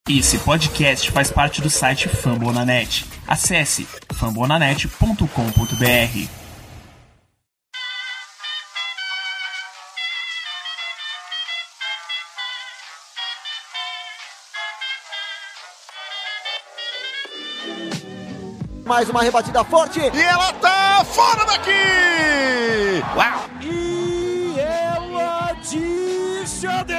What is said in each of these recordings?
Esse podcast faz parte do site Fambonanet. Acesse fambonanet.com.br. Mais uma rebatida forte e ela tá fora daqui! Uau! E ela deu!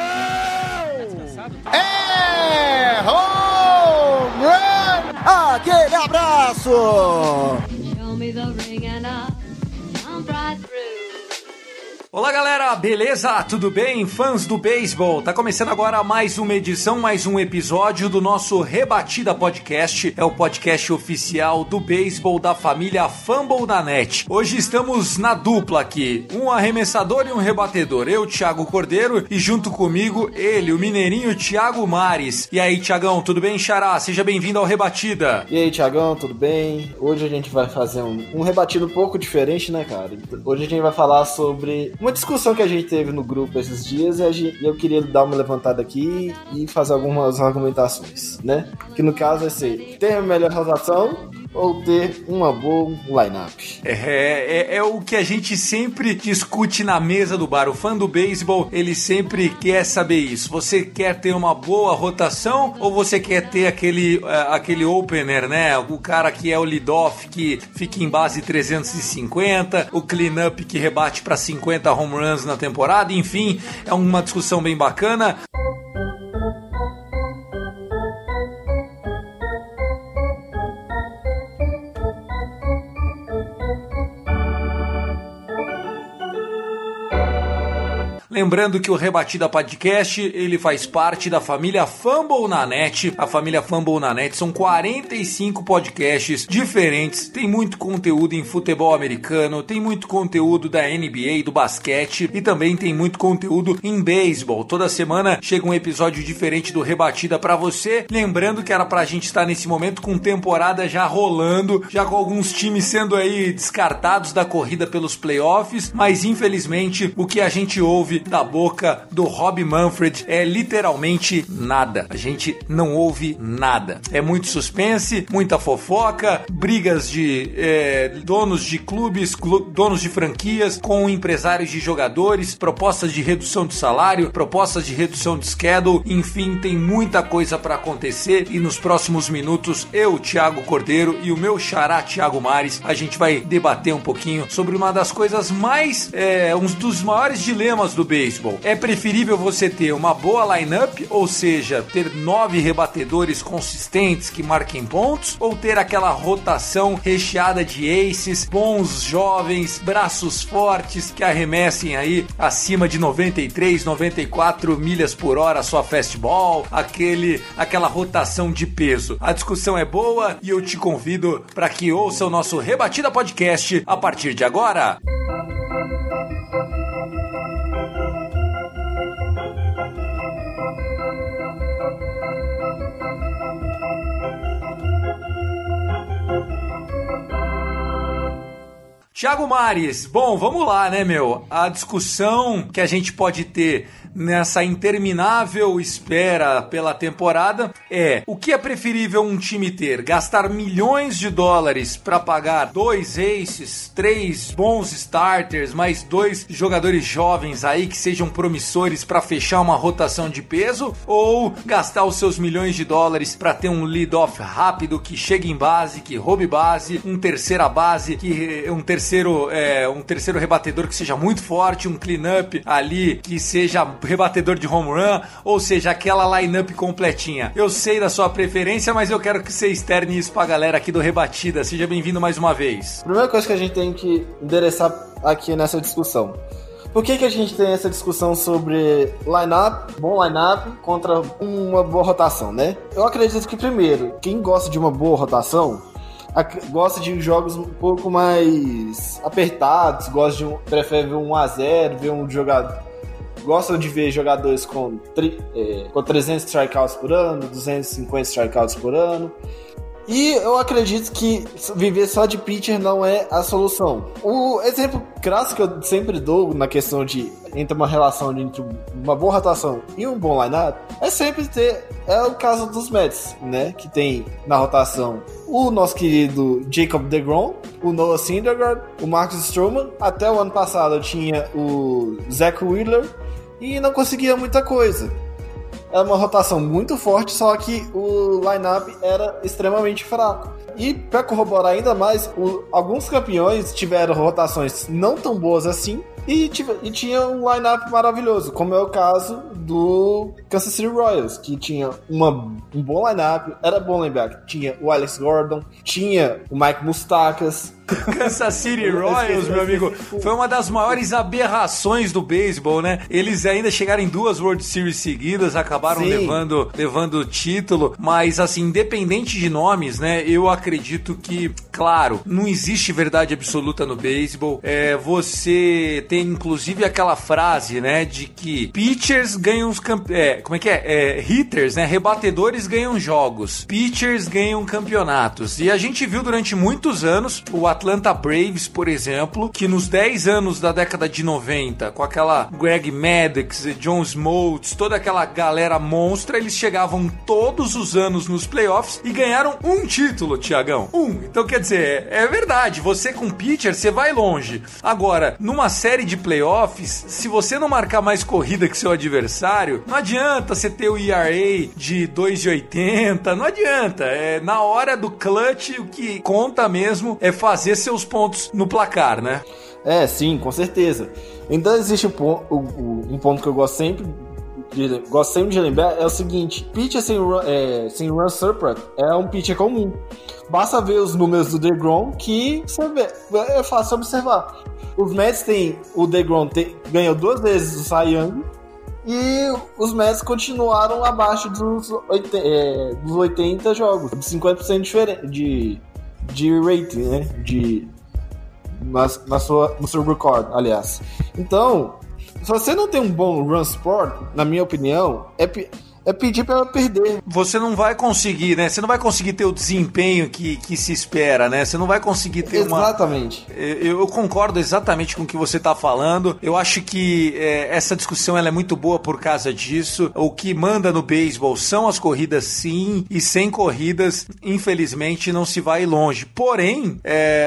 É home run! Aquele abraço! Show me the ring and I'll jump right through. Olá galera, beleza? Tudo bem? Fãs do beisebol? Tá começando agora mais uma edição, mais um episódio do nosso Rebatida Podcast. É o podcast oficial do beisebol da família Fambonanet. Hoje estamos na dupla aqui, um arremessador e um rebatedor. Eu, Thiago Cordeiro, e junto comigo, ele, o mineirinho Thiago Mares. E aí, Thiagão, tudo bem, xará? Seja bem-vindo ao Rebatida. E aí, Thiagão, tudo bem? Hoje a gente vai fazer um rebatido um pouco diferente, né, cara? Hoje a gente vai falar sobre uma discussão que a gente teve no grupo esses dias e eu queria dar uma levantada aqui e fazer algumas argumentações, né? Que no caso é ser ter a melhor rotação ou ter uma boa line-up. É o que a gente sempre discute na mesa do bar. O fã do beisebol, ele sempre quer saber isso. Você quer ter uma boa rotação ou você quer ter aquele opener, né? O cara que é o lead-off, que fica em base 350, o clean-up que rebate para 50 home runs na temporada. Enfim, é uma discussão bem bacana. Lembrando que o Rebatida Podcast, ele faz parte da família Fambonanet. A família Fambonanet são 45 podcasts diferentes. Tem muito conteúdo em futebol americano, tem muito conteúdo da NBA, do basquete e também tem muito conteúdo em beisebol. Toda semana chega um episódio diferente do Rebatida pra você. Lembrando que era pra gente estar nesse momento com temporada já rolando, já com alguns times sendo aí descartados da corrida pelos playoffs, mas infelizmente o que a gente ouve da boca do Rob Manfred é literalmente nada. A gente não ouve nada. É muito suspense, muita fofoca, brigas de donos de clubes, donos de franquias com empresários de jogadores, propostas de redução de salário, propostas de redução de schedule, enfim, tem muita coisa para acontecer e nos próximos minutos eu, Thiago Cordeiro e o meu xará Thiago Mares, a gente vai debater um pouquinho sobre uma das coisas mais, um dos maiores dilemas do beisebol. É preferível você ter uma boa lineup, ou seja, ter 9 rebatedores consistentes que marquem pontos, ou ter aquela rotação recheada de aces, bons jovens, braços fortes que arremessem aí acima de 93, 94 milhas por hora sua fastball, aquela rotação de peso. A discussão é boa e eu te convido para que ouça o nosso Rebatida Podcast a partir de agora. Thiago Mares, bom, vamos lá, né, meu? A discussão que a gente pode ter nessa interminável espera pela temporada é: o que é preferível um time ter? Gastar milhões de dólares para pagar 2 aces, 3 bons starters, mais 2 jogadores jovens aí que sejam promissores para fechar uma rotação de peso? Ou gastar os seus milhões de dólares para ter um lead-off rápido que chegue em base, que roube base, um terceira base, um terceiro rebatedor que seja muito forte, um clean-up ali que seja rebatedor de home run, ou seja, aquela line-up completinha. Eu sei da sua preferência, mas eu quero que você externe isso pra galera aqui do Rebatida. Seja bem-vindo mais uma vez. Primeira coisa que a gente tem que endereçar aqui nessa discussão: por que a gente tem essa discussão sobre bom line-up contra uma boa rotação, né? Eu acredito que, primeiro, quem gosta de uma boa rotação gosta de jogos um pouco mais apertados, prefere ver 1-0, ver um jogador. Gosta de ver jogadores com 300 strikeouts por ano, 250 strikeouts por ano. E eu acredito que viver só de pitcher não é a solução. O exemplo clássico que eu sempre dou na questão de entre uma relação entre uma boa rotação e um bom line-up é sempre é o caso dos Mets, né? Que tem na rotação o nosso querido Jacob deGrom, o Noah Syndergaard, o Marcus Stroman. Até o ano passado tinha o Zach Wheeler e não conseguia muita coisa. Era uma rotação muito forte, só que o line-up era extremamente fraco. E para corroborar ainda mais, alguns campeões tiveram rotações não tão boas assim e tinha um line-up maravilhoso, como é o caso do Kansas City Royals, que tinha um bom line-up, era bom lembrar que tinha o Alex Gordon, tinha o Mike Moustakas. Kansas City Royals, meu amigo, foi uma das maiores aberrações do beisebol, né? Eles ainda chegaram em 2 World Series seguidas, acabaram levando o título, mas assim, independente de nomes, né? Eu acredito que, claro, não existe verdade absoluta no beisebol. Você tem inclusive aquela frase, né, de que pitchers ganham os hitters, né? Rebatedores ganham jogos, pitchers ganham campeonatos. E a gente viu durante muitos anos o Atlanta Braves, por exemplo, que nos 10 anos da década de 90, com aquela Greg Maddux, John Smoltz, toda aquela galera monstra, eles chegavam todos os anos nos playoffs e ganharam um título, Tiagão. Então, quer dizer, é verdade, você com pitcher, você vai longe. Agora, numa série de playoffs, se você não marcar mais corrida que seu adversário, não adianta você ter o ERA de 2,80, não adianta. Na hora do clutch, o que conta mesmo é fazer seus pontos no placar, né? Sim, com certeza. Ainda existe um ponto que eu gosto sempre de lembrar, é o seguinte: pitcher sem run surplus é um pitcher comum. Basta ver os números do deGrom que é fácil observar. Os Mets têm, o deGrom ganhou 2 vezes o Cy Young e os Mets continuaram abaixo dos 80 jogos, de 50% de rating, né? No seu record, aliás. Então, se você não tem um bom run support, na minha opinião, é pedir pra ela perder. Você não vai conseguir, né? Você não vai conseguir ter o desempenho que se espera, né? Você não vai conseguir ter Exatamente. Eu concordo exatamente com o que você tá falando. Eu acho que essa discussão ela é muito boa por causa disso. O que manda no beisebol são as corridas, sim, e sem corridas, infelizmente, não se vai longe. Porém,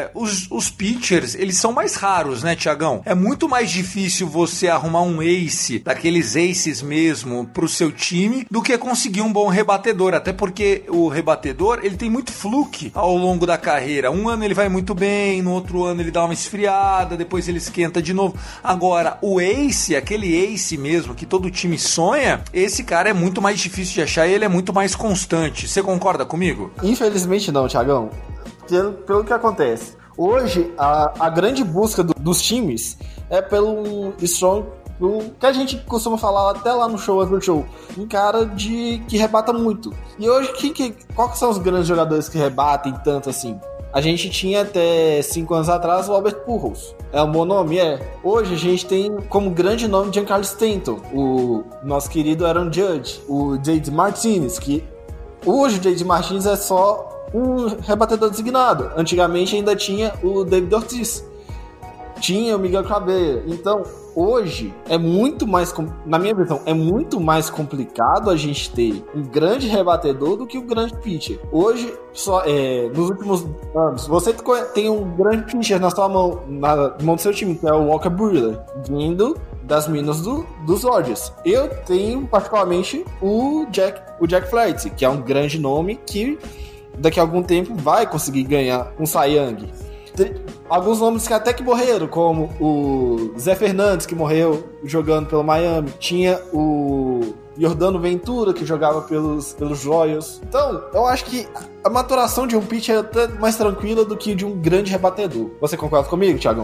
os pitchers, eles são mais raros, né, Tiagão? É muito mais difícil você arrumar um ace, daqueles aces mesmo, pro seu time, do que conseguir um bom rebatedor, até porque o rebatedor, ele tem muito fluke ao longo da carreira. Um ano ele vai muito bem, no outro ano ele dá uma esfriada, depois ele esquenta de novo. Agora, o ace, aquele ace mesmo, que todo time sonha, esse cara é muito mais difícil de achar e ele é muito mais constante. Você concorda comigo? Infelizmente não, Thiagão. Pelo que acontece. Hoje, a grande busca dos times é pelo strong, que a gente costuma falar até lá no show, um cara que rebata muito. E hoje, quais são os grandes jogadores que rebatem tanto assim? A gente tinha até 5 anos atrás o Albert Pujols. É um bom nome? Hoje a gente tem como grande nome Giancarlo Stanton, o nosso querido Aaron Judge, o J.D. Martinez, que hoje o J.D. Martinez é só um rebatedor designado. Antigamente ainda tinha o David Ortiz, tinha o Miguel Cabrera. Então, hoje é muito mais, na minha visão, é muito mais complicado a gente ter um grande rebatedor do que um grande pitcher. Hoje, nos últimos anos, você tem um grande pitcher na sua mão, na mão do seu time, que é o Walker Buehler, vindo das minas dos Dodgers. Eu tenho particularmente o Jack Flaherty, que é um grande nome que daqui a algum tempo vai conseguir ganhar um Cy Young. Alguns nomes que até que morreram, como o Zé Fernandes, que morreu jogando pelo Miami. Tinha o Yordano Ventura, que jogava pelos Royals. Então, eu acho que a maturação de um pitcher é até mais tranquila do que de um grande rebatedor. Você concorda comigo, Thiagão?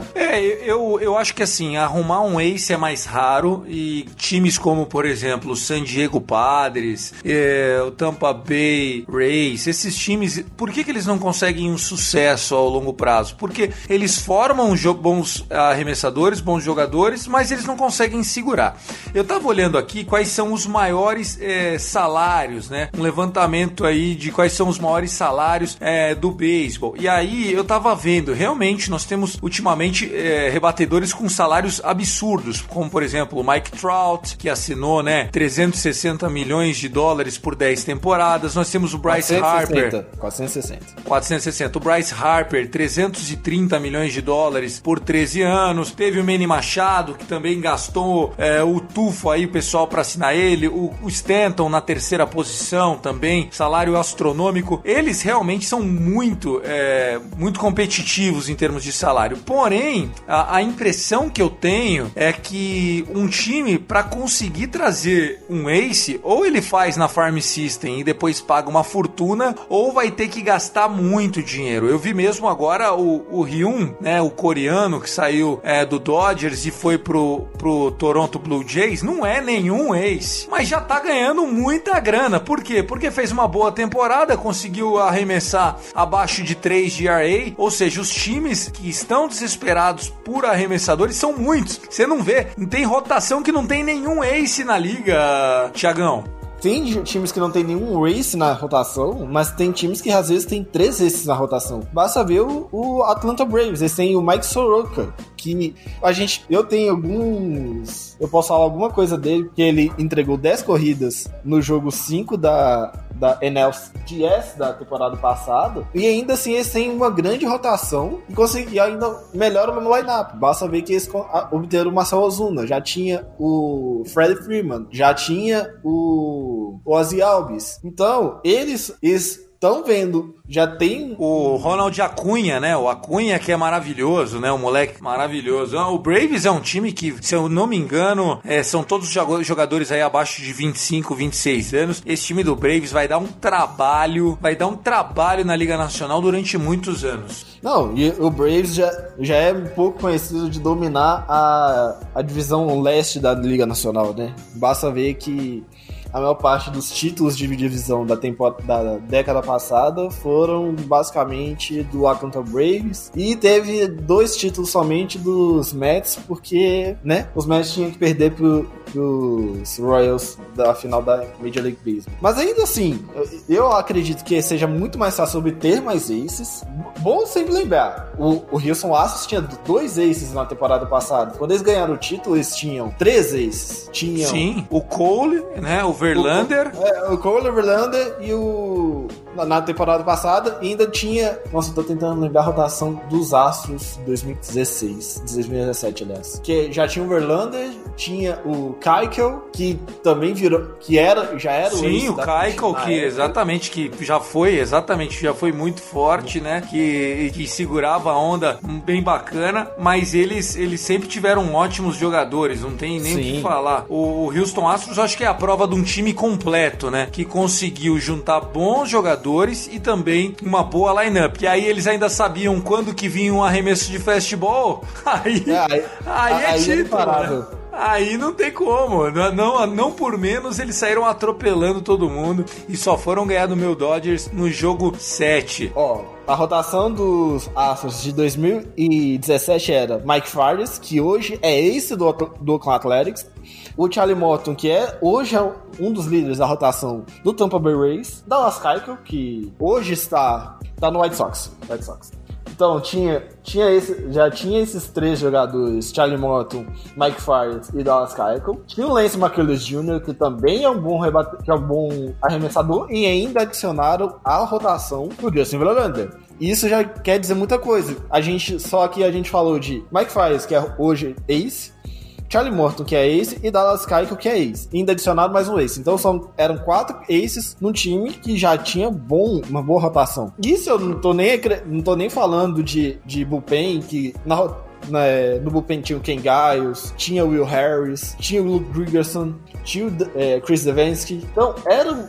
Eu acho que assim, arrumar um ace é mais raro e times como, por exemplo, o San Diego Padres, o Tampa Bay Rays, esses times, por que eles não conseguem um sucesso ao longo prazo? Porque eles formam bons arremessadores, bons jogadores, mas eles não conseguem segurar. Eu tava olhando aqui quais são os maiores salários, né? Um levantamento aí de quais são os maiores salários do beisebol. E aí eu tava vendo, realmente nós temos ultimamente rebatedores com salários absurdos, como por exemplo o Mike Trout, que assinou, né, 360 milhões de dólares por 10 temporadas. Nós temos o Bryce 460. O Bryce Harper, 330 milhões de dólares por 13 anos. Teve o Manny Machado, que também gastou o tufo aí, o pessoal, para assinar ele. O Stanton na terceira posição também, salário astronômico. Eles realmente são muito competitivos em termos de salário. Porém, a impressão que eu tenho é que um time, para conseguir trazer um ace, ou ele faz na Farm System e depois paga uma fortuna, ou vai ter que gastar muito dinheiro. Eu vi mesmo agora o Hyun, né, o coreano que saiu do Dodgers e foi pro Toronto Blue Jays, não é nenhum ace, mas já tá ganhando muita grana. Por quê? Porque fez uma boa temporada, conseguiu arremessar abaixo de 3 de ERA, ou seja, os times que estão desesperados por arremessadores são muitos. Você não vê, não tem rotação que não tem nenhum ace na liga, Thiagão. Tem times que não tem nenhum ace na rotação, mas tem times que às vezes tem 3 aces na rotação. Basta ver o Atlanta Braves, eles têm o Mike Soroka, que eu tenho alguns... Eu posso falar alguma coisa dele, que ele entregou 10 corridas no jogo 5 da NLCS da temporada passada, e ainda assim eles têm uma grande rotação e ainda melhoram no line-up. Basta ver que eles obteram o Marcell Ozuna, já tinha o Freddie Freeman, já tinha o Ozzy Albies. Então, eles estão vendo, já tem o Ronald Acunha, né? O Acunha, que é maravilhoso, né? O moleque maravilhoso. O Braves é um time que, se eu não me engano, são todos jogadores aí abaixo de 25, 26 anos. Esse time do Braves vai dar um trabalho na Liga Nacional durante muitos anos. Não, e o Braves já é um pouco conhecido de dominar a divisão leste da Liga Nacional, né? Basta ver que a maior parte dos títulos de divisão da década passada foram basicamente do Atlanta Braves, e teve 2 títulos somente dos Mets, porque, né, os Mets tinham que perder pros Royals da final da Major League Baseball. Mas ainda assim, eu acredito que seja muito mais fácil obter mais aces. Bom sempre lembrar, o Houston Astros tinha 2 aces na temporada passada. Quando eles ganharam o título, eles tinham 3 aces. Sim, o Cole, né, o Verlander. O Cole, o Verlander e na temporada passada ainda tinha... Nossa, eu tô tentando lembrar a rotação dos Astros 2017, aliás. Que já tinha o Verlander, tinha o Keuchel, que também virou... já era o Sim, o Keuchel, que já foi muito forte, né? Que segurava a onda bem bacana, mas eles sempre tiveram ótimos jogadores, não tem nem o que falar. O Houston Astros, acho que é a prova de um time completo, né? Que conseguiu juntar bons jogadores e também uma boa lineup. E aí eles ainda sabiam quando que vinha um arremesso de fastball. Aí é título, né? Aí não tem como, não por menos eles saíram atropelando todo mundo e só foram ganhar do meu Dodgers no jogo 7. A rotação dos Astros de 2017 era Mike Farris, que hoje é ace do Oakland Athletics, o Charlie Morton, que hoje é um dos líderes da rotação do Tampa Bay Rays, Dallas Keuchel, que hoje está no White Sox. Então, já tinha esses 3 jogadores, Charlie Morton, Mike Farris e Dallas Keuchel. Tinha o Lance McCullers Jr., que também é um bom arremessador, e ainda adicionaram à rotação o Justin Verlander. Isso já quer dizer muita coisa. Só que a gente falou de Mike Farris, que é hoje ace, Charlie Morton, que é ace, e Dallas Keuchel, que é ace. E ainda adicionado mais um ace. Então eram 4 aces num time que já tinha uma boa rotação. Isso eu não tô nem falando de bullpen, que no bullpen tinha o Ken Giles, tinha o Will Harris, tinha o Luke Gregerson, tinha o Chris Devenski. Então era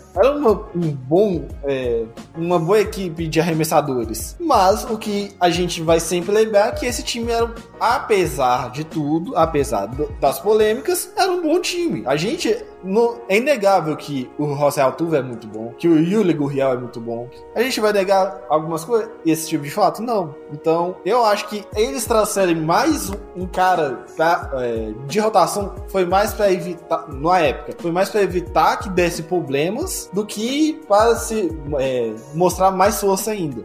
uma boa equipe de arremessadores. Mas o que a gente vai sempre lembrar é que esse time era, apesar de tudo, apesar das polêmicas, era um bom time. A gente é inegável que o José Altuve é muito bom, que o Yuli Gurriel é muito bom. A gente vai negar algumas coisas, esse tipo de fato? Não. Então, eu acho que eles trouxerem mais um cara de rotação foi mais pra evitar, na época, foi mais pra evitar que desse problemas do que para se mostrar mais força ainda.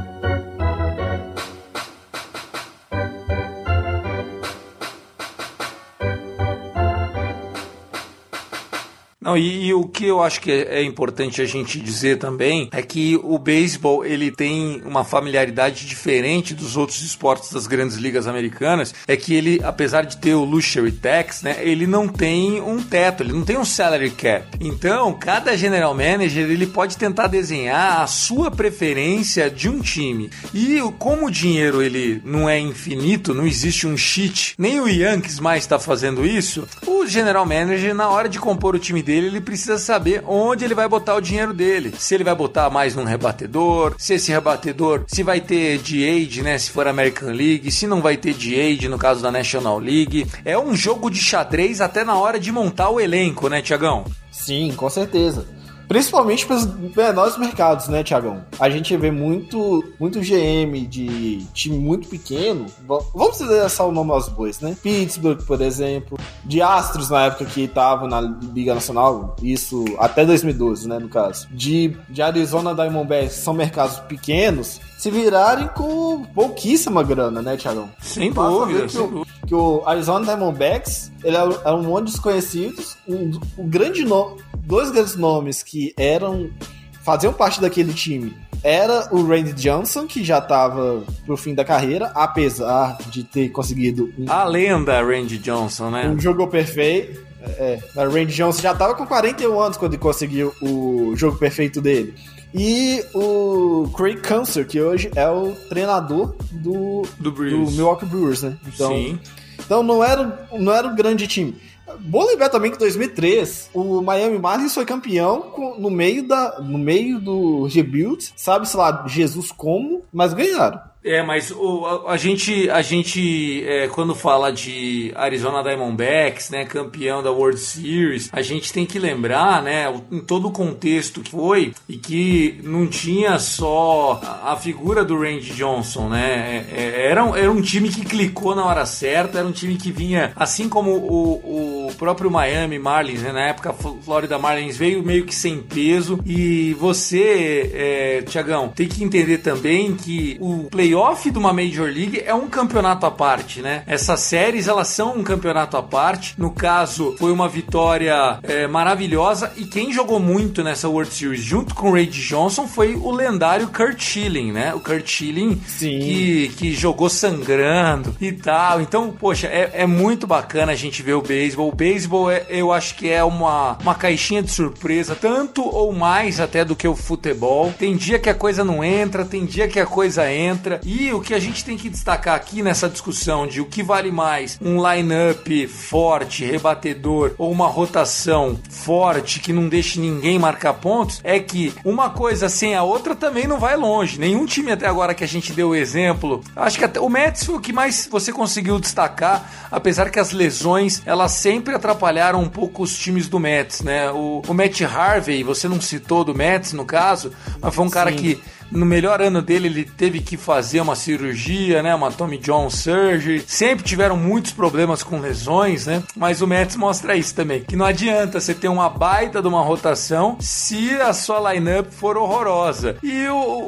Não, e o que eu acho que é importante a gente dizer também é que o beisebol, ele tem uma familiaridade diferente dos outros esportes das grandes ligas americanas, é que ele, apesar de ter o luxury tax, né, ele não tem um teto, ele não tem um salary cap. Então, cada general manager, ele pode tentar desenhar a sua preferência de um time. E como o dinheiro, ele não é infinito, não existe um cheat, nem o Yankees mais está fazendo isso, o general manager, na hora de compor o time dele, ele precisa saber onde ele vai botar o dinheiro dele. Se ele vai botar mais num rebatedor, se esse rebatedor, se vai ter DH, né, se for American League, se não vai ter DH no caso da National League. É um jogo de xadrez até na hora de montar o elenco, né, Tiagão? Sim, com certeza. Principalmente para os menores mercados, né, Thiagão? A gente vê muito GM de time muito pequeno. Vamos dizer só o nome aos bois, né? Pittsburgh, por exemplo. De Astros, na época que estavam na Liga Nacional. Isso até 2012, né, no caso. De Arizona Diamondbacks, são mercados pequenos, se virarem com pouquíssima grana, né, Thiagão? Sem dúvida, que o Arizona Diamondbacks, ele era um monte de desconhecidos. Dois grandes nomes que faziam parte daquele time era o Randy Johnson, que já estava pro fim da carreira, apesar de ter conseguido a lenda Randy Johnson, né? Um jogo perfeito. O Randy Johnson já estava com 41 anos quando ele conseguiu o jogo perfeito dele. E o Craig Counsell, que hoje é o treinador do Milwaukee Brewers, né? Sim. Então não era um grande time. Bom lembrar também que em 2003 o Miami Marlins foi campeão no meio do rebuild, sabe-se lá Jesus como, mas ganharam. Mas a gente quando fala de Arizona Diamondbacks, né, campeão da World Series, a gente tem que lembrar, né, em todo o contexto que foi, e que não tinha só a figura do Randy Johnson, né, era um time que clicou na hora certa, era um time que vinha, assim como o próprio Miami Marlins, né, na época Florida Marlins veio meio que sem peso, e você, Tiagão, tem que entender também que o playoff de uma Major League é um campeonato à parte, né? Essas séries, elas são um campeonato à parte. No caso, foi uma vitória maravilhosa, e quem jogou muito nessa World Series junto com o Randy Johnson foi o lendário Curt Schilling, né? O Curt Schilling que jogou sangrando e tal. Então, poxa, é muito bacana a gente ver o beisebol. O beisebol, eu acho que é uma caixinha de surpresa, tanto ou mais até do que o futebol. Tem dia que a coisa não entra, tem dia que a coisa entra. E o que a gente tem que destacar aqui nessa discussão de o que vale mais, um line-up forte, rebatedor, ou uma rotação forte que não deixe ninguém marcar pontos, é que uma coisa sem a outra também não vai longe. Nenhum time até agora que a gente deu o exemplo, acho que até o Mets foi o que mais você conseguiu destacar, apesar que as lesões, elas sempre atrapalharam um pouco os times do Mets, né? O Matt Harvey, você não citou do Mets no caso, mas foi um cara que no melhor ano dele, ele teve que fazer uma cirurgia, né? Uma Tommy John Surgery. Sempre tiveram muitos problemas com lesões, né? Mas o Mets mostra isso também. Que não adianta você ter uma baita de uma rotação se a sua lineup for horrorosa. E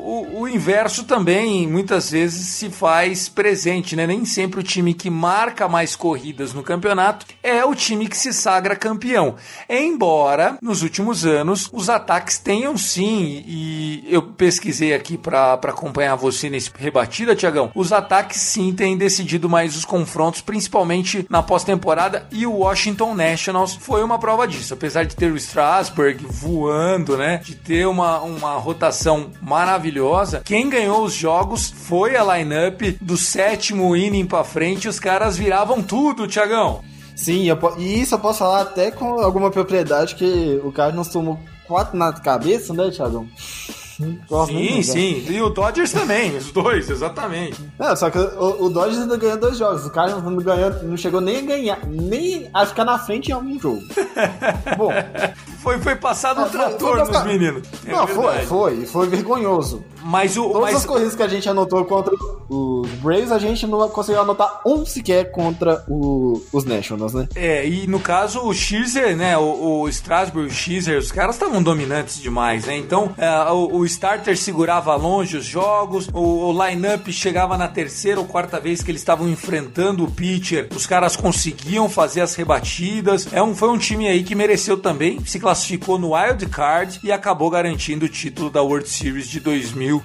o inverso também, muitas vezes, se faz presente, né? Nem sempre o time que marca mais corridas no campeonato é o time que se sagra campeão. Embora, nos últimos anos, os ataques tenham sim, e eu pesquisei aqui para acompanhar você nesse rebatida, Tiagão, os ataques sim têm decidido mais os confrontos, principalmente na pós-temporada, e o Washington Nationals foi uma prova disso, apesar de ter o Strasburg voando, né, de ter uma rotação maravilhosa, quem ganhou os jogos foi a lineup do 7º inning pra frente, os caras viravam tudo, Tiagão. Sim, e isso eu posso falar até com alguma propriedade, que o cara não tomou 4 na cabeça, né, Tiagão? Sim. E o Dodgers também, os dois, exatamente. Não, só que o Dodgers ainda ganhou 2 jogos. O Cardinals não chegou nem a ganhar, nem a ficar na frente em algum jogo. Bom, foi passado um trator nos meninos. Foi vergonhoso. Todas as corridas que a gente anotou contra os Braves, a gente não conseguiu anotar um sequer contra os Nationals, né? E no caso o Scherzer, né, o Strasburg, o Scherzer, os caras estavam dominantes demais, né? Então o starter segurava longe os jogos, o line-up chegava na 3ª ou 4ª vez que eles estavam enfrentando o pitcher, os caras conseguiam fazer as rebatidas. Foi um time aí que mereceu também, se classificou no Wild Card e acabou garantindo o título da World Series de 2019.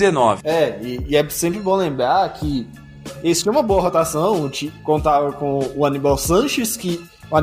E é sempre bom lembrar que eles tinham uma boa rotação, contava com o Aníbal Sanchez, o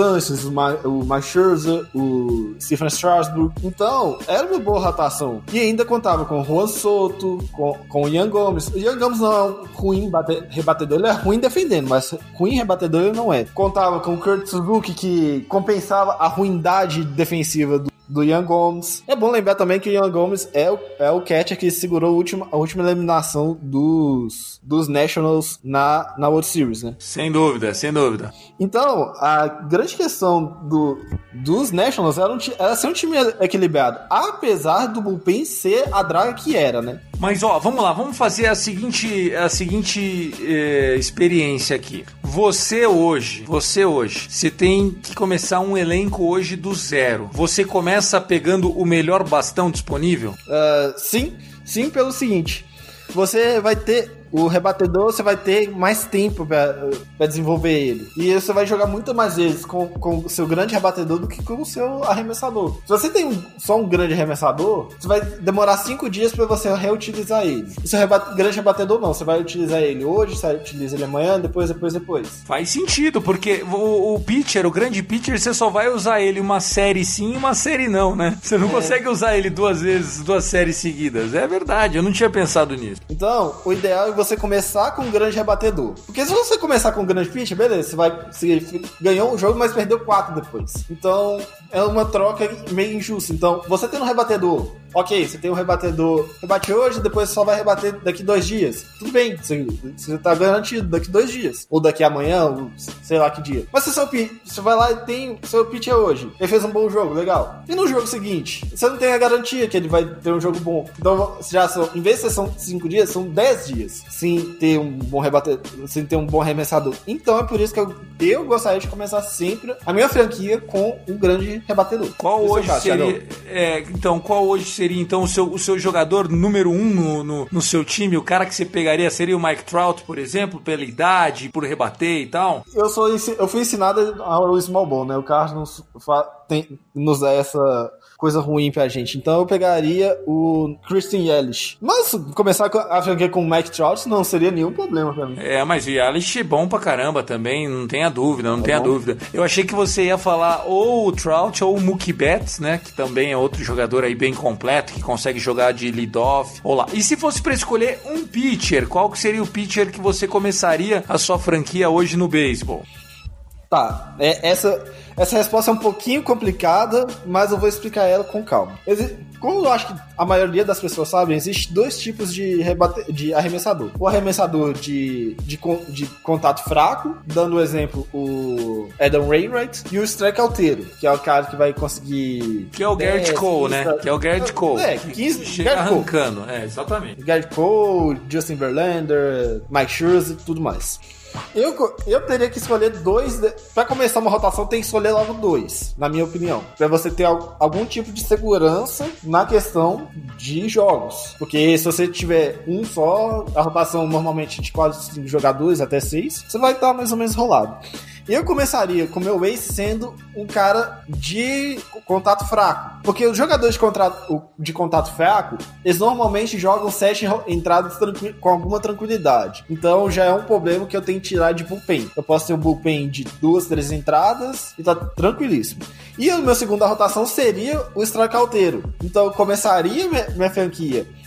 Mike Scherzer, o Stephen Strasburg. Então, era uma boa rotação. E ainda contava com o Juan Soto, com o Yan Gomes. O Yan Gomes não é um ruim rebatedor, ele é ruim defendendo, mas ruim rebatedor ele não é. Contava com o Kurt Suzuki, que compensava a ruindade defensiva do Yan Gomes. É bom lembrar também que o Yan Gomes é o catcher que segurou a última eliminação dos Nationals na World Series, né? Sem dúvida. Então, a grande questão dos Nationals era ser um time equilibrado, apesar do bullpen ser a draga que era, né? Mas, vamos lá, vamos fazer a seguinte experiência aqui. Você hoje, você tem que começar um elenco hoje do zero. Você começa pegando o melhor bastão disponível? Sim, pelo seguinte, você vai ter o rebatedor, você vai ter mais tempo pra desenvolver ele. E você vai jogar muito mais vezes com o seu grande rebatedor do que com o seu arremessador. Se você tem só um grande arremessador, você vai demorar 5 dias pra você reutilizar ele. O seu grande rebatedor não, você vai utilizar ele hoje, você utiliza ele amanhã, depois. Faz sentido, porque o pitcher, o grande pitcher, você só vai usar ele uma série sim e uma série não, né? Você não consegue usar ele 2 vezes, 2 séries seguidas. É verdade, eu não tinha pensado nisso. Então, o ideal é você começar com um grande rebatedor. Porque se você começar com um grande pitcher, beleza, você ganhou um jogo, mas perdeu 4 depois. Então, é uma troca meio injusta. Então, você tem um rebatedor, ok, você tem um rebatedor, rebate hoje, depois só vai rebater daqui 2 dias. Tudo bem, você tá garantido daqui 2 dias. Ou daqui amanhã, ou sei lá que dia. Mas se você vai lá e tem o seu pitcher hoje, ele fez um bom jogo, legal. E no jogo seguinte, você não tem a garantia que ele vai ter um jogo bom. Então, em vez de ser 5 dias, são 10 dias. Sem ter um bom rebatedor, sem ter um bom arremessador. Então é por isso que eu gostaria de começar sempre a minha franquia com um grande rebatedor. Qual hoje seria o seu jogador número 1 no seu time? O cara que você pegaria seria o Mike Trout, por exemplo, pela idade, por rebater e tal? Eu fui ensinado ao small ball, né? O Carlos nos dá essa coisa ruim pra gente. Então eu pegaria o Christian Yelich. Mas começar a franquia com o Mike Trout não seria nenhum problema pra mim. Mas o Yelich é bom pra caramba também, não tenha dúvida. Eu achei que você ia falar ou o Trout ou o Mookie Betts, né? Que também é outro jogador aí bem completo, que consegue jogar de lead-off. Olá. E se fosse pra escolher um pitcher, qual que seria o pitcher que você começaria a sua franquia hoje no beisebol? Tá, essa resposta é um pouquinho complicada, mas eu vou explicar ela com calma. Como eu acho que a maioria das pessoas sabem, existem 2 tipos de arremessador. O arremessador de contato fraco, dando o exemplo o Adam Wainwright, e o strikeouteiro, que é o cara que vai conseguir... Que é o Garrett Cole, né? Que é o Garrett Cole. Chega arrancando, exatamente. Garrett Cole, Justin Verlander, Mike Scherzer, tudo mais. Eu teria que escolher 2. Pra começar uma rotação, tem que escolher logo 2, na minha opinião. Pra você ter algum tipo de segurança na questão de jogos. Porque se você tiver um só, a rotação normalmente de quase 5 jogadores, até 6, você vai estar mais ou menos rolado. Eu começaria com o meu ace sendo um cara de contato fraco. Porque os jogadores de contato fraco, eles normalmente jogam 7 entradas com alguma tranquilidade. Então já é um problema que eu tenho que tirar de bullpen. Eu posso ter um bullpen de 2, 3 entradas e tá tranquilíssimo. E a minha segunda rotação seria o strikeouteiro. Então eu começaria minha franquia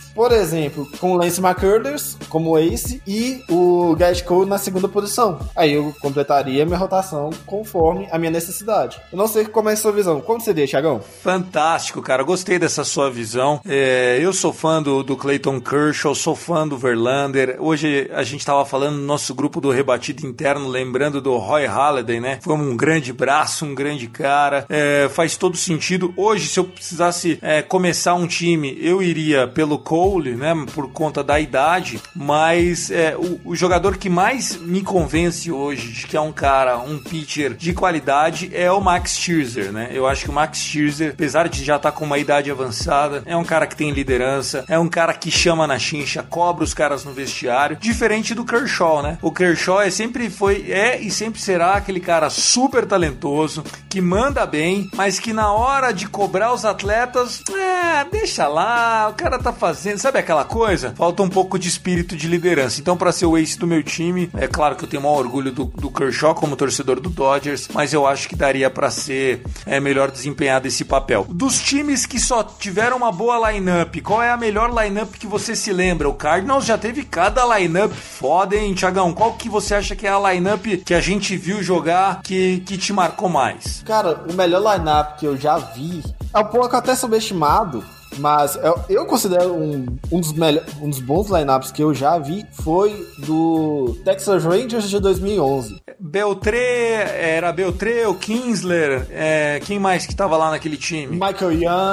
Por exemplo, com o Lance McCullers como ace e o Garrett Cole na segunda posição. Aí eu completaria minha rotação conforme a minha necessidade. Eu não sei como é a sua visão. Como seria, Thiagão? Fantástico, cara. Gostei dessa sua visão. Eu sou fã do Clayton Kershaw, sou fã do Verlander. Hoje a gente estava falando no nosso grupo do Rebatido Interno, lembrando do Roy Halladay, né? Foi um grande braço, um grande cara. Faz todo sentido. Hoje, se eu precisasse começar um time, eu iria pelo Cole, né? Por conta da idade, mas o jogador que mais me convence hoje de que é um cara, um pitcher de qualidade é o Max Scherzer, né? Eu acho que o Max Scherzer, apesar de já estar com uma idade avançada, é um cara que tem liderança, é um cara que chama na chincha, cobra os caras no vestiário, diferente do Kershaw, né? O Kershaw e sempre será aquele cara super talentoso, que manda bem, mas que na hora de cobrar os atletas, deixa lá, o cara tá fazendo, sabe aquela coisa? Falta um pouco de espírito de liderança. Então, pra ser o ace do meu time, é claro que eu tenho o maior orgulho do Kershaw como torcedor do Dodgers, mas eu acho que daria pra ser melhor desempenhado esse papel. Dos times que só tiveram uma boa lineup, qual é a melhor lineup que você se lembra? O Cardinals já teve cada lineup foda, hein, Thiagão? Qual que você acha que é a lineup que a gente viu jogar que te marcou mais? Cara, o melhor lineup que eu já vi é um pouco até subestimado, mas eu considero um dos bons lineups que eu já vi foi do Texas Rangers de 2011. Era Beltré, o Kinsler, quem mais que tava lá naquele time? Michael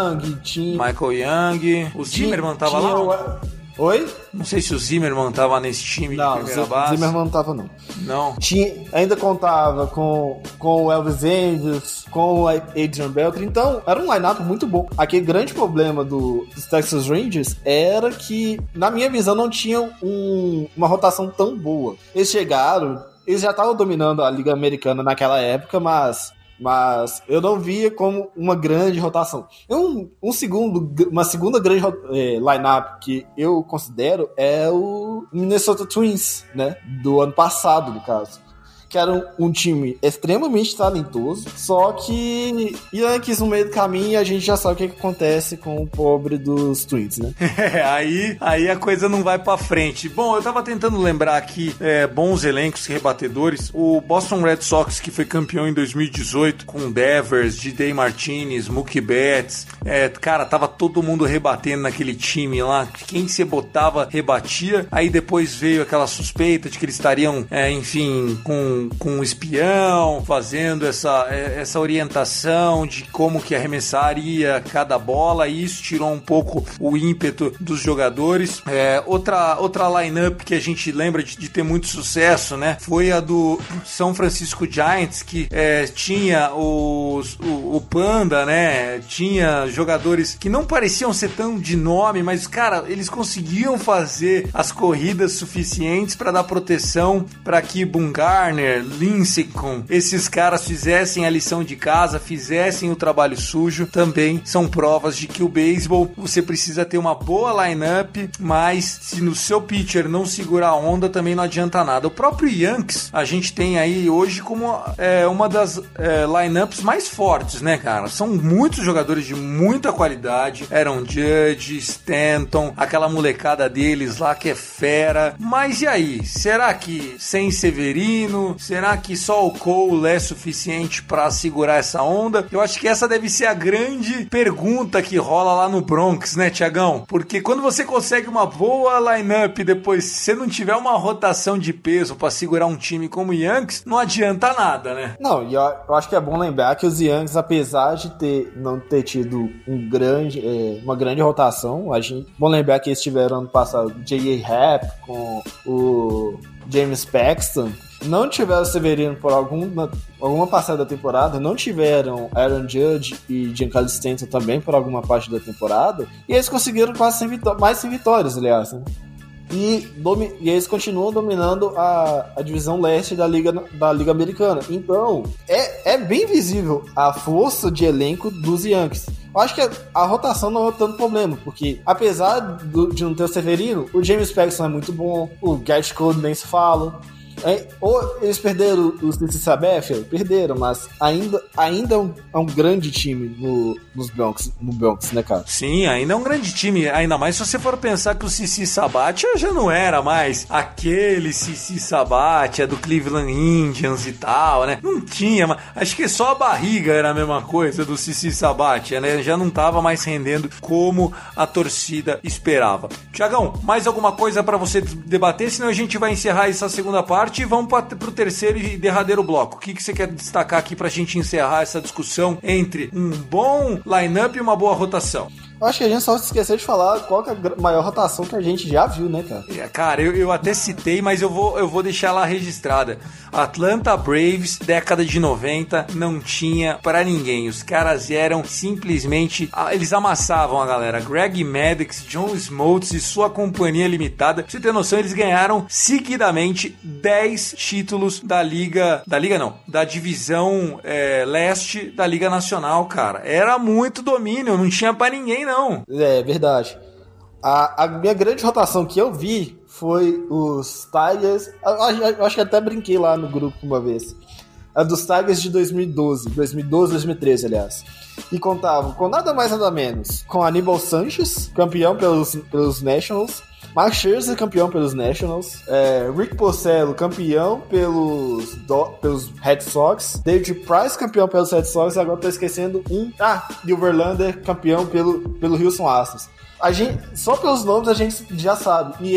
Young, o Zimmerman tava lá? Oi? Não sei se o Zimmerman tava nesse time de primeira base. Não, o Zimmerman não tava, não. Não? Ainda contava com o Elvis Andrus, com o Adrian Beltre, então era um line-up muito bom. Aquele grande problema dos Texas Rangers era que, na minha visão, não tinham uma rotação tão boa. Eles já estavam dominando a Liga Americana naquela época, mas eu não via como uma grande rotação. Uma segunda grande lineup que eu considero é o Minnesota Twins, né? Do ano passado, no caso. Que era um time extremamente talentoso, só que Yankees no meio do caminho e a gente já sabe o que acontece com o pobre dos Twins, né? Aí a coisa não vai pra frente. Bom, eu tava tentando lembrar aqui bons elencos rebatedores. O Boston Red Sox, que foi campeão em 2018 com Devers, J.D. Martinez, Mookie Betts. Cara, tava todo mundo rebatendo naquele time lá. Quem se botava, rebatia. Aí depois veio aquela suspeita de que eles estariam, enfim, com um espião, fazendo essa orientação de como que arremessaria cada bola, e isso tirou um pouco o ímpeto dos jogadores. Outra lineup que a gente lembra de ter muito sucesso, né, foi a do São Francisco Giants, que tinha o Panda, né, tinha jogadores que não pareciam ser tão de nome, mas, cara, eles conseguiam fazer as corridas suficientes para dar proteção para que Bumgarner, Lincecum, esses caras fizessem a lição de casa, fizessem o trabalho sujo. Também são provas de que o beisebol, você precisa ter uma boa lineup, mas se no seu pitcher não segurar a onda, também não adianta nada. O próprio Yankees, a gente tem aí hoje como uma das lineups mais fortes, né, cara? São muitos jogadores de muita qualidade. Aaron Judge, Stanton, aquela molecada deles lá que é fera. Mas e aí? Será que sem Severino, será que só o Cole é suficiente para segurar essa onda? Eu acho que essa deve ser a grande pergunta que rola lá no Bronx, né, Thiagão? Porque quando você consegue uma boa lineup, depois se você não tiver uma rotação de peso para segurar um time como o Yankees, não adianta nada, né? Não, e eu acho que é bom lembrar que os Yankees, apesar de não ter tido uma grande rotação, bom lembrar que eles tiveram ano passado o J.A. Happ com o James Paxton, não tiveram Severino por alguma passada da temporada, não tiveram Aaron Judge e Giancarlo Stanton também por alguma parte da temporada, e eles conseguiram quase mais 100 vitórias, aliás, né? E eles continuam dominando a divisão leste da Liga Americana. Então, é bem visível a força de elenco dos Yankees. Eu acho que a rotação não é tanto problema, porque apesar de não ter o Severino, o James Paxton é muito bom, o Garrett Cole nem se fala. Ou eles perderam o CC Sabathia? Perderam, mas ainda é um grande time no Bronx, né, cara? Sim, ainda é um grande time, ainda mais se você for pensar que o CC Sabathia já não era mais aquele CC Sabathia do Cleveland Indians e tal, né? Não tinha, mas acho que só a barriga era a mesma coisa do CC Sabathia, né? Já não tava mais rendendo como a torcida esperava. Tiagão, mais alguma coisa pra você debater? Senão a gente vai encerrar essa segunda parte e vamos pro terceiro e derradeiro bloco. O que você quer destacar aqui pra gente encerrar essa discussão entre um bom line-up e uma boa rotação? Eu acho que a gente só esqueceu de falar qual que é a maior rotação que a gente já viu, né, cara? Cara, eu até citei, mas eu vou deixar lá registrada. Atlanta Braves, década de 90, não tinha pra ninguém. Os caras eram simplesmente... Eles amassavam a galera. Greg Maddux, John Smoltz e sua companhia limitada. Pra você ter noção, eles ganharam seguidamente 10 títulos da Liga... Da Liga não, da divisão leste da Liga Nacional, cara. Era muito domínio, não tinha pra ninguém, não. É verdade. A minha grande rotação que eu vi foi os Tigers. Eu acho que até brinquei lá no grupo uma vez. A dos Tigers de 2013, aliás. E contavam com nada mais nada menos com Aníbal Sanchez, campeão pelos Nationals, Max Scherzer, campeão pelos Nationals, Rick Porcello, campeão pelos Red Sox, David Price, campeão pelos Red Sox, agora tô esquecendo e o Verlander, campeão pelo Houston Astros. Só pelos nomes a gente já sabe. E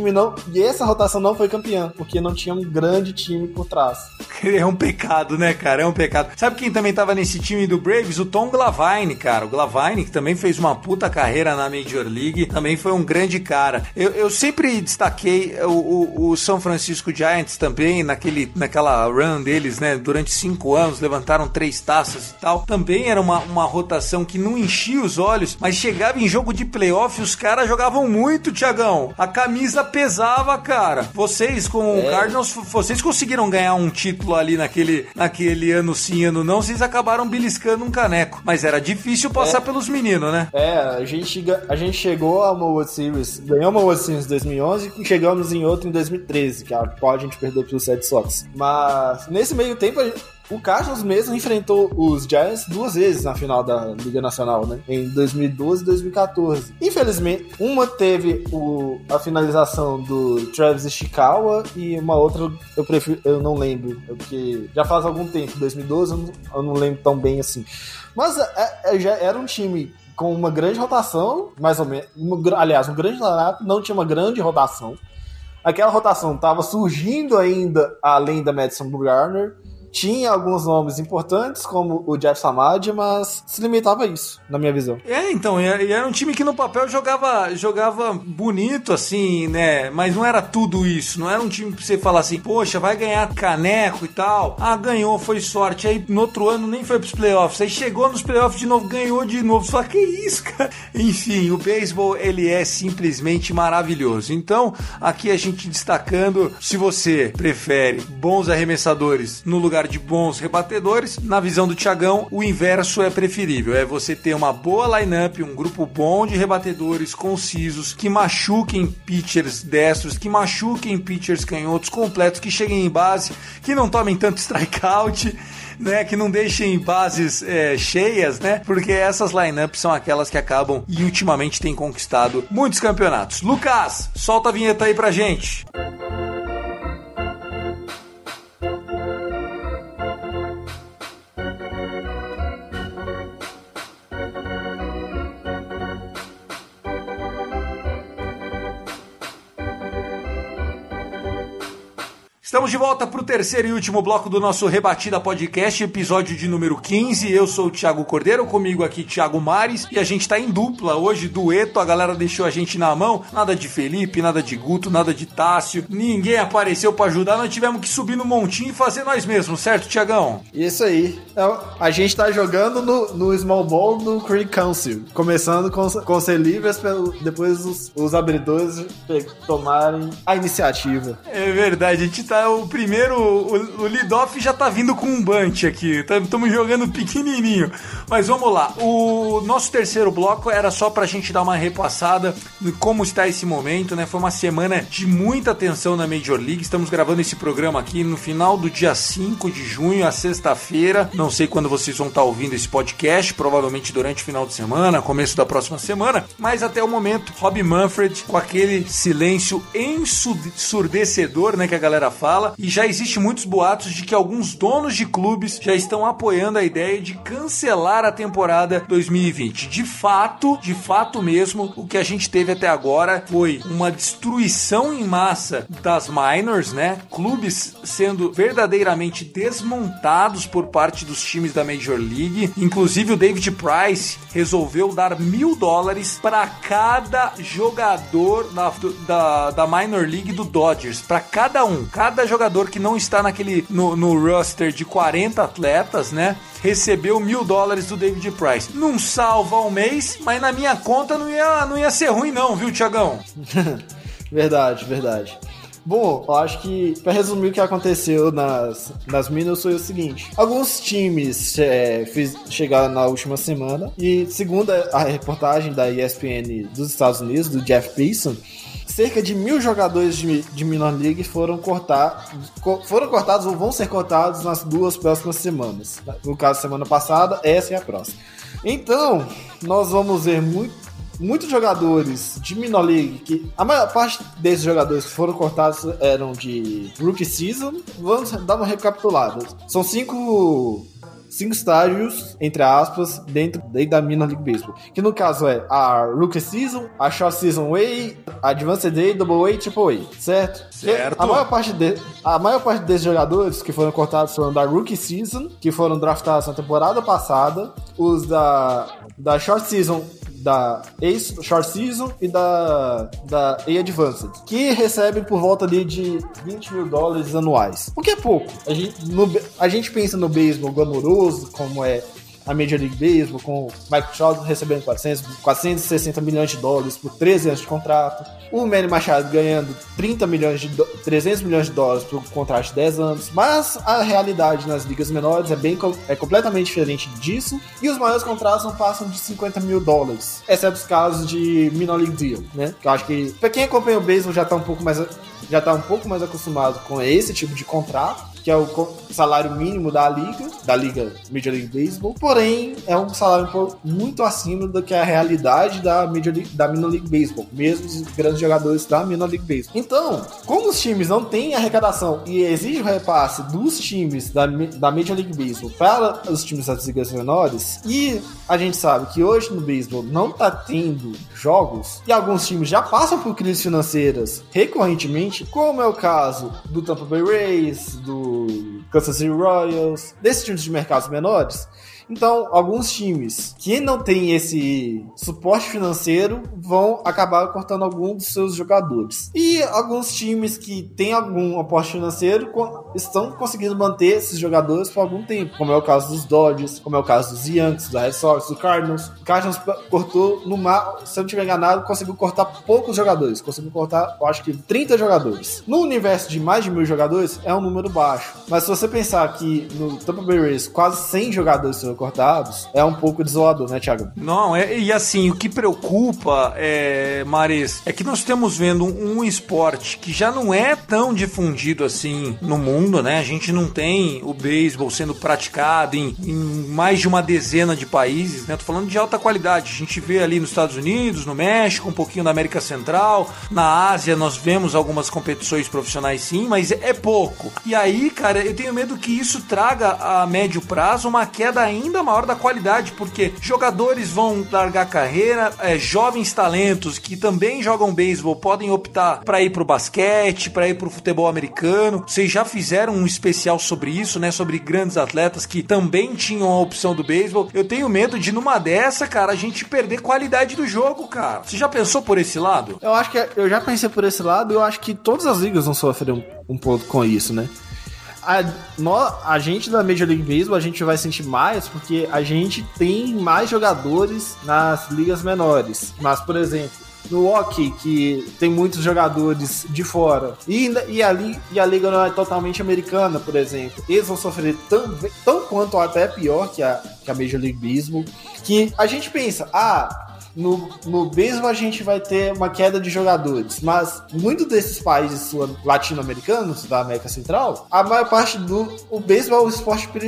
essa rotação não foi campeã, porque não tinha um grande time por trás. É um pecado, né, cara? É um pecado. Sabe quem também tava nesse time do Braves? O Tom Glavine, cara. O Glavine, que também fez uma puta carreira na Major League, também foi um grande cara. Eu sempre destaquei o São Francisco Giants também, naquela run deles, né? Durante 5 anos, levantaram 3 taças e tal. Também era uma rotação que não enchia os olhos, mas chegava em jogo de playoff, os caras jogavam muito, Tiagão. A camisa pesava, cara. Vocês com o Cardinals, vocês conseguiram ganhar um título ali naquele ano sim, ano não, vocês acabaram beliscando um caneco. Mas era difícil passar pelos meninos, né? A gente chegou a uma World Series, ganhou uma World Series em 2011 e chegamos em outra em 2013, que a gente perdeu pros Red Sox. Mas nesse meio tempo o Cardinals mesmo enfrentou os Giants 2 vezes na final da Liga Nacional, né? Em 2012 e 2014. Infelizmente, uma teve a finalização do Travis Ishikawa e uma outra eu não lembro, porque já faz algum tempo, 2012 eu não lembro tão bem assim. Mas já era um time com uma grande rotação, mais ou menos. Aliás, um grande lineup, não tinha uma grande rotação. Aquela rotação estava surgindo ainda além da Madison Bumgarner. Tinha alguns nomes importantes, como o Jeff Samardzija, mas se limitava a isso, na minha visão. Então, e era um time que no papel jogava bonito, assim, né? Mas não era tudo isso. Não era um time pra você falar assim, poxa, vai ganhar caneco e tal. Ganhou, foi sorte. Aí no outro ano nem foi pros playoffs. Aí chegou nos playoffs de novo, ganhou de novo. Você fala, que isso, cara? Enfim, o beisebol, ele é simplesmente maravilhoso. Então, aqui a gente destacando, se você prefere bons arremessadores no lugar de bons rebatedores, na visão do Thiagão, o inverso é preferível. É você ter uma boa lineup, um grupo bom de rebatedores concisos, que machuquem pitchers destros, que machuquem pitchers canhotos completos, que cheguem em base, que não tomem tanto strikeout, né, que não deixem bases cheias, né, porque essas lineups são aquelas que acabam e ultimamente têm conquistado muitos campeonatos. Lucas, solta a vinheta aí pra gente. Estamos de volta para o terceiro e último bloco do nosso Rebatida Podcast, episódio de número 15. Eu sou o Thiago Cordeiro, comigo aqui Thiago Mares, e a gente tá em dupla hoje, dueto. A galera deixou a gente na mão, nada de Felipe, nada de Guto, nada de Tássio, ninguém apareceu para ajudar, nós tivemos que subir no montinho e fazer nós mesmos, certo, Thiagão? Isso aí. A gente tá jogando no Small Ball no Creek Council, começando com os relievers, depois os abridores tomarem a iniciativa. É verdade, a gente tá o primeiro, o lead-off já tá vindo com um bunch aqui, estamos jogando pequenininho, mas vamos lá, o nosso terceiro bloco era só pra gente dar uma repassada de como está esse momento, né, foi uma semana de muita tensão na Major League, estamos gravando esse programa aqui no final do dia 5 de junho, a sexta-feira, não sei quando vocês vão estar ouvindo esse podcast, provavelmente durante o final de semana, começo da próxima semana, mas até o momento, Rob Manfred com aquele silêncio ensurdecedor, né, que a galera fala, e já existe muitos boatos de que alguns donos de clubes já estão apoiando a ideia de cancelar a temporada 2020. De fato mesmo, o que a gente teve até agora foi uma destruição em massa das minors, né, clubes sendo verdadeiramente desmontados por parte dos times da Major League, inclusive o David Price resolveu dar $1.000 para cada jogador da Minor League do Dodgers, para cada jogador que não está no roster de 40 atletas, né, recebeu $1.000 do David Price. Não salva um mês, mas na minha conta não ia ser ruim não, viu, Thiagão? Verdade. Bom, eu acho que, para resumir o que aconteceu nas Minors, foi o seguinte. Alguns times chegaram na última semana e, segundo a reportagem da ESPN dos Estados Unidos, do Jeff Pearson, cerca de 1.000 jogadores de Minor League foram cortados ou vão ser cortados nas 2 próximas semanas. No caso, semana passada, essa é a próxima. Então, nós vamos ver muitos jogadores de Minor League, que a maior parte desses jogadores que foram cortados eram de Rookie Season. Vamos dar uma recapitulada. São 5 estágios, entre aspas, dentro da Minor League Baseball, que no caso é a Rookie Season, a Short Season A, Advanced A, Double A, Triple A, certo? A maior parte desses jogadores que foram cortados foram da Rookie Season, que foram draftados na temporada passada, os da Short Season, da A Short Season e da A Advanced, que recebem por volta ali de $20.000 anuais. O que é pouco. A gente pensa no beisebol glamouroso, como é a Major League Baseball, com Mike Trout recebendo $460 milhões por 13 anos de contrato, o Manny Machado ganhando $300 milhões por contrato de 10 anos, mas a realidade nas ligas menores é completamente diferente disso, e os maiores contratos não passam de $50 mil, exceto os casos de Minor League Deal, né? Que eu acho que, pra quem acompanha o beisebol, já tá um pouco mais acostumado com esse tipo de contrato, que é o salário mínimo da liga Major League Baseball, porém é um salário muito acima do que é a realidade da Minor League Baseball, mesmo os grandes jogadores da Minor League Baseball. Então, como os times não têm arrecadação e exige o repasse dos times da Major League Baseball para os times das ligas menores, e a gente sabe que hoje no beisebol não tá tendo jogos, e alguns times já passam por crises financeiras recorrentemente, como é o caso do Tampa Bay Rays, do Kansas City Royals, desses times de mercados menores. Então, alguns times que não têm esse suporte financeiro vão acabar cortando algum dos seus jogadores. E alguns times que têm algum aporte financeiro estão conseguindo manter esses jogadores por algum tempo, como é o caso dos Dodgers, como é o caso dos Yankees, do Red Sox, do Cardinals. O Cardinals cortou, se eu não estiver enganado, conseguiu cortar poucos jogadores. Conseguiu cortar, eu acho que 30 jogadores. No universo de mais de 1.000 jogadores, é um número baixo. Mas se você pensar que no Tampa Bay Rays quase 100 jogadores foram cortados, é um pouco desolador, né, Thiago? Não, e assim, o que preocupa, Maris, é que nós estamos vendo um esporte que já não é tão difundido assim no mundo, né? A gente não tem o beisebol sendo praticado em mais de uma dezena de países, né? Tô falando de alta qualidade. A gente vê ali nos Estados Unidos, no México, um pouquinho na América Central, na Ásia nós vemos algumas competições profissionais sim, mas é pouco. E aí, cara, eu tenho medo que isso traga a médio prazo uma queda ainda maior da qualidade, porque jogadores vão largar a carreira, jovens talentos que também jogam beisebol podem optar para ir pro basquete, para ir pro futebol americano. Vocês já fizeram um especial sobre isso, né? Sobre grandes atletas que também tinham a opção do beisebol. Eu tenho medo de numa dessa, cara, a gente perder qualidade do jogo, cara. Você já pensou por esse lado? Eu acho que eu já pensei por esse lado, eu acho que todas as ligas vão sofrer um pouco com isso, né? A gente da Major League Baseball, a gente vai sentir mais porque a gente tem mais jogadores nas ligas menores. Mas, por exemplo, no hockey, que tem muitos jogadores de fora, e a liga não é totalmente americana, por exemplo, eles vão sofrer tão quanto ou até pior que a Major League Baseball, que a gente pensa, no beisebol a gente vai ter uma queda de jogadores, mas muitos desses países latino-americanos da América Central, a maior parte o beisebol é o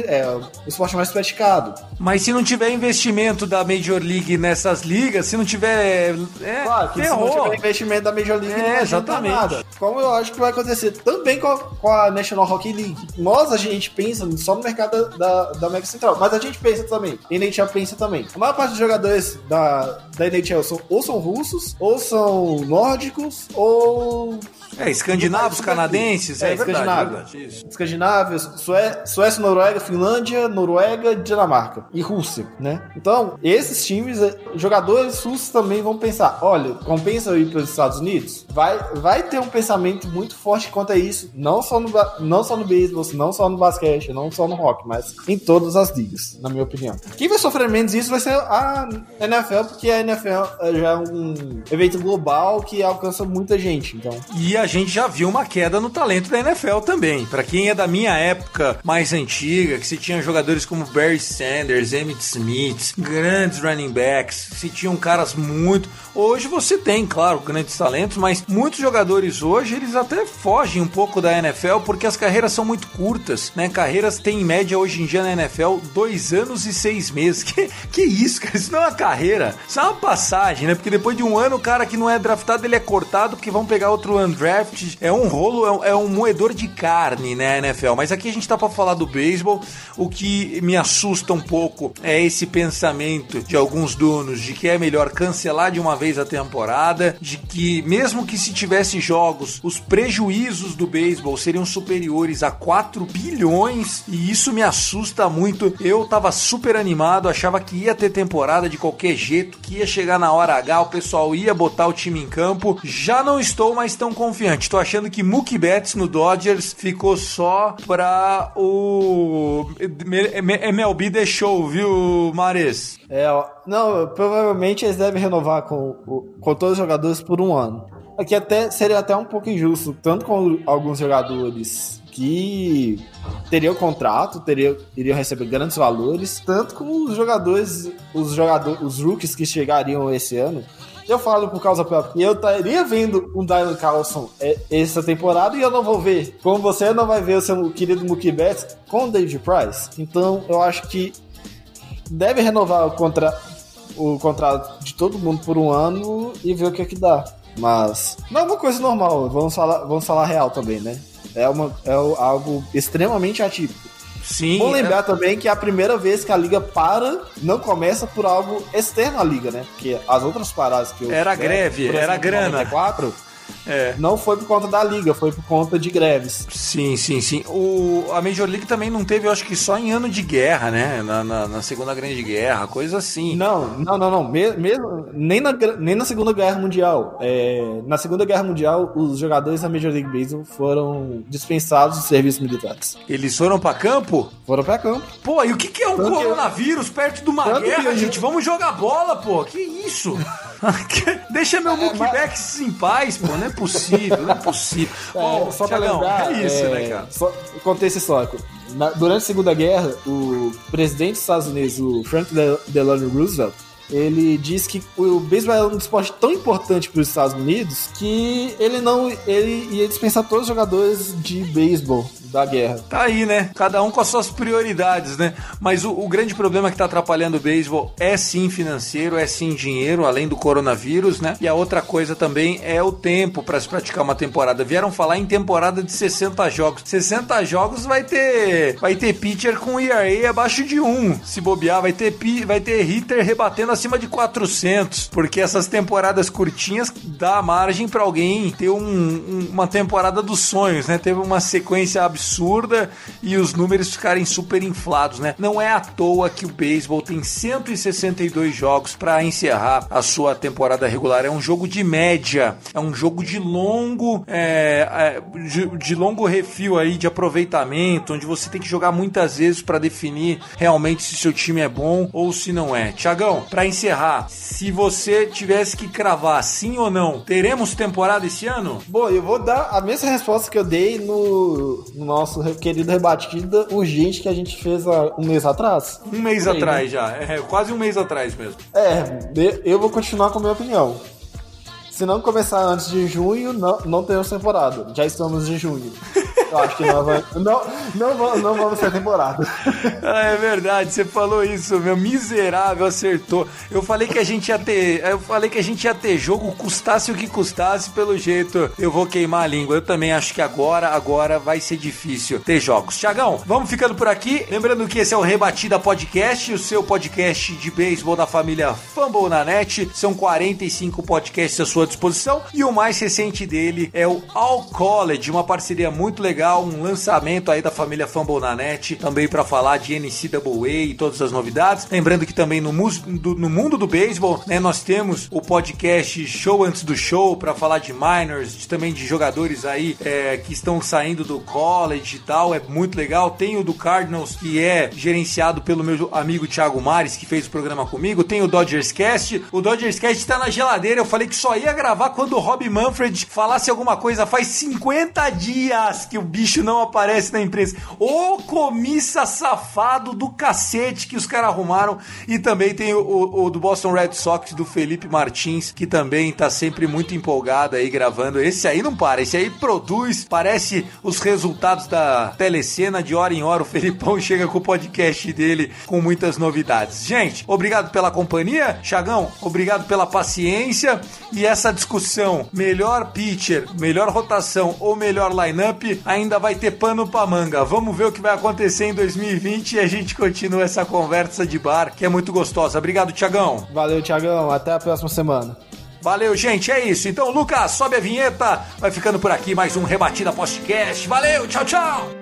esporte mais praticado. Mas se não tiver investimento da Major League nessas ligas, se não tiver... claro, que se não tiver investimento da Major League, não exatamente. Nada. Como eu acho que vai acontecer também com a National Hockey League. A gente pensa só no mercado da América Central, mas a gente pensa também, a NHL pensa também. A maior parte dos jogadores da NHL são russos, ou são nórdicos, ou... escandinavos, canadenses, verdade. Escandinavos, Suécia, Noruega, Finlândia, Noruega, Dinamarca e Rússia, né? Então, esses times, jogadores russos também vão pensar, olha, compensa eu ir para os Estados Unidos? Vai ter um pensamento muito forte quanto a isso, não só no beisebol, não só no basquete, não só no hockey, mas em todas as ligas, na minha opinião. Quem vai sofrer menos isso vai ser a NFL, porque a NFL já é um evento global que alcança muita gente, então... E a gente já viu uma queda no talento da NFL também. Pra quem é da minha época mais antiga, que se tinha jogadores como Barry Sanders, Emmitt Smith, grandes running backs, se tinham caras muito... Hoje você tem, claro, grandes talentos, mas muitos jogadores hoje, eles até fogem um pouco da NFL porque as carreiras são muito curtas, né? Carreiras têm em média hoje em dia na NFL 2 anos e 6 meses. Que isso, cara? Isso não é uma carreira. Isso é uma passagem, né? Porque depois de um ano, o cara que não é draftado, ele é cortado porque vão pegar outro undraft. É um rolo, é um moedor de carne, né, NFL? Mas aqui a gente tá pra falar do beisebol. O que me assusta um pouco é esse pensamento de alguns donos de que é melhor cancelar de uma vez a temporada, de que mesmo que se tivesse jogos, os prejuízos do beisebol seriam superiores a 4 bilhões, e isso me assusta muito. Eu tava super animado, achava que ia ter temporada de qualquer jeito, que ia chegar na hora H, o pessoal ia botar o time em campo. Já não estou mais tão confiante. Tô achando que Mookie Betts no Dodgers ficou só pra o MLB The Show, viu, Mares? Não, provavelmente eles devem renovar com todos os jogadores por 1 ano. Aqui seria até um pouco injusto, tanto com alguns jogadores que teriam contrato, iriam receber grandes valores, tanto com os rookies que chegariam esse ano. Eu falo por causa própria, eu estaria vendo um Dylan Carlson essa temporada e eu não vou ver. Como você não vai ver o seu querido Mookie Betts com o David Price. Então eu acho que deve renovar o contrato de todo mundo por 1 ano e ver o que dá. Mas não é uma coisa normal, vamos falar real também, né? É algo extremamente atípico. Sim. Vou lembrar também que é a primeira vez que a liga não começa por algo externo à liga, né? Porque as outras paradas que era greve, era grana. 94, não foi por conta da liga, foi por conta de greves. Sim. A Major League também não teve, eu acho que só em ano de guerra, né? Na Segunda Grande Guerra, coisa assim. Não. Mesmo, nem na Segunda Guerra Mundial. Na Segunda Guerra Mundial, os jogadores da Major League Baseball foram dispensados dos serviços militares. Eles foram pra campo? Foram pra campo. Pô, e o que é um coronavírus perto de uma guerra, gente? Vamos jogar bola, pô. Que isso? Deixa meu Mookie Betts em paz, pô. Não é possível. Só pra lembrar, é isso, né, cara? Contexto histórico. Durante a Segunda Guerra, o presidente dos Estados Unidos, o Franklin Delano Roosevelt, ele disse que o beisebol era um esporte tão importante para os Estados Unidos que ele ia dispensar todos os jogadores de beisebol da guerra. Tá aí, né? Cada um com as suas prioridades, né? Mas o grande problema que tá atrapalhando o beisebol é sim financeiro, é sim dinheiro, além do coronavírus, né? E a outra coisa também é o tempo para se praticar uma temporada. Vieram falar em temporada de 60 jogos. 60 jogos vai ter pitcher com ERA abaixo de 1. Se bobear, vai ter hitter rebatendo acima de 400, porque essas temporadas curtinhas dá margem para alguém ter uma temporada dos sonhos, né? Teve uma sequência absurda absurda e os números ficarem super inflados, né? Não é à toa que o beisebol tem 162 jogos para encerrar a sua temporada regular. É um jogo de média, é um jogo de longo de longo refil aí, de aproveitamento, onde você tem que jogar muitas vezes para definir realmente se seu time é bom ou se não é. Tiagão, para encerrar, se você tivesse que cravar sim ou não, teremos temporada esse ano? Bom, eu vou dar a mesma resposta que eu dei no nosso querido Rebatida Urgente que a gente fez há um mês atrás. Um mês atrás, né? Já, quase um mês atrás mesmo. Eu vou continuar com a minha opinião. Se não começar antes de junho, não temos temporada. Já estamos em junho. Eu acho que não vamos ter temporada. É verdade, você falou isso, meu miserável, acertou. Eu falei que a gente ia ter jogo, custasse o que custasse, pelo jeito eu vou queimar a língua. Eu também acho que agora vai ser difícil ter jogos. Tiagão, vamos ficando por aqui. Lembrando que esse é o Rebatida Podcast, o seu podcast de beisebol da família Fumble na Net. São 45 podcasts à sua disposição e o mais recente dele é o All College, uma parceria muito legal, um lançamento aí da família Fumble na Net, também para falar de NCAA e todas as novidades. Lembrando que também no mundo do beisebol, né, nós temos o podcast Show Antes do Show para falar de minors, também de jogadores aí que estão saindo do college e tal, é muito legal. Tem o do Cardinals, que é gerenciado pelo meu amigo Thiago Mares, que fez o programa comigo. Tem o Dodgers Cast. O Dodgers Cast tá na geladeira, eu falei que só ia gravar quando o Rob Manfred falasse alguma coisa. Faz 50 dias que o bicho não aparece na imprensa. Ô comissa safado do cacete que os caras arrumaram. E também tem o do Boston Red Sox, do Felipe Martins, que também tá sempre muito empolgado aí gravando. Esse aí não para, esse aí produz, parece os resultados da telecena. De hora em hora o Felipão chega com o podcast dele com muitas novidades. Gente, obrigado pela companhia. Thiagão, obrigado pela paciência. E essa discussão, melhor pitcher, melhor rotação ou melhor lineup, ainda vai ter pano pra manga. Vamos ver o que vai acontecer em 2020 e a gente continua essa conversa de bar, que é muito gostosa. Obrigado, Thiagão. Valeu, Thiagão. Até a próxima semana. Valeu, gente. É isso. Então, Lucas, sobe a vinheta. Vai ficando por aqui mais um Rebatida Podcast. Valeu, tchau, tchau.